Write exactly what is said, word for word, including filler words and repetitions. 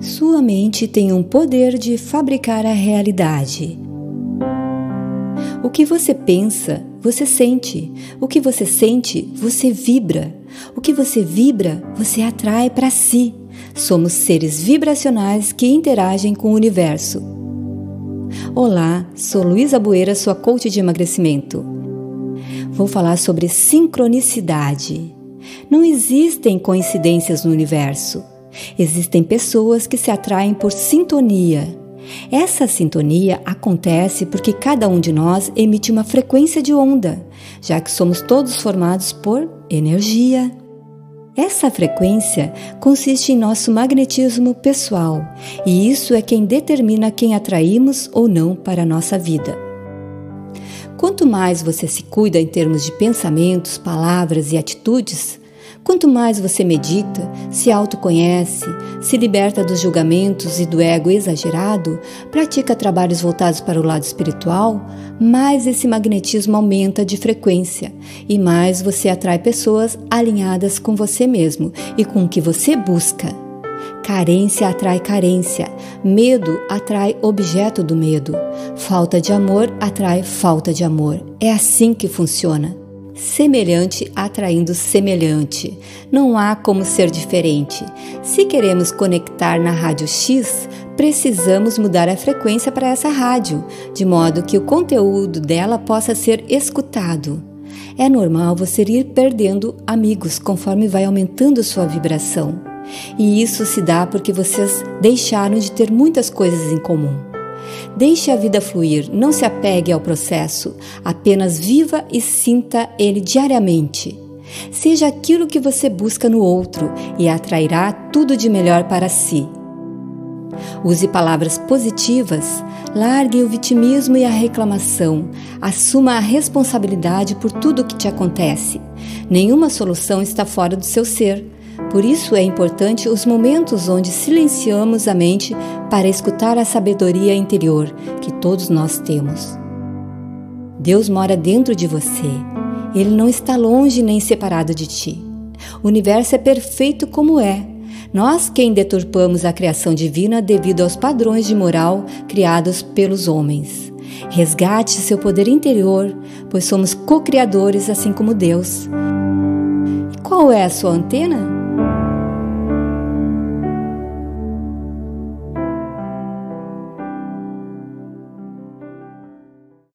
Sua mente tem um poder de fabricar a realidade. O que você pensa, você sente. O que você sente, você vibra. O que você vibra, você atrai para si. Somos seres vibracionais que interagem com o universo. Olá, sou Luísa Bueira, sua coach de emagrecimento. Vou falar sobre sincronicidade. Não existem coincidências no universo. Existem pessoas que se atraem por sintonia. Essa sintonia acontece porque cada um de nós emite uma frequência de onda, já que somos todos formados por energia. Essa frequência consiste em nosso magnetismo pessoal, e isso é quem determina quem atraímos ou não para a nossa vida. Quanto mais você se cuida em termos de pensamentos, palavras e atitudes, quanto mais você medita, se autoconhece, se liberta dos julgamentos e do ego exagerado, pratica trabalhos voltados para o lado espiritual, mais esse magnetismo aumenta de frequência e mais você atrai pessoas alinhadas com você mesmo e com o que você busca. Carência atrai carência, medo atrai objeto do medo, falta de amor atrai falta de amor. É assim que funciona. Semelhante atraindo semelhante. Não há como ser diferente. Se queremos conectar na rádio X, precisamos mudar a frequência para essa rádio, de modo que o conteúdo dela possa ser escutado. É normal você ir perdendo amigos conforme vai aumentando sua vibração. E isso se dá porque vocês deixaram de ter muitas coisas em comum. Deixe a vida fluir, não se apegue ao processo, apenas viva e sinta ele diariamente. Seja aquilo que você busca no outro e atrairá tudo de melhor para si. Use palavras positivas, largue o vitimismo e a reclamação, assuma a responsabilidade por tudo que te acontece. Nenhuma solução está fora do seu ser. Por isso é importante os momentos onde silenciamos a mente para escutar a sabedoria interior que todos nós temos. Deus mora dentro de você. Ele não está longe nem separado de ti. O universo é perfeito como é. Nós quem deturpamos a criação divina devido aos padrões de moral criados pelos homens. Resgate seu poder interior, pois somos co-criadores assim como Deus. E qual é a sua antena?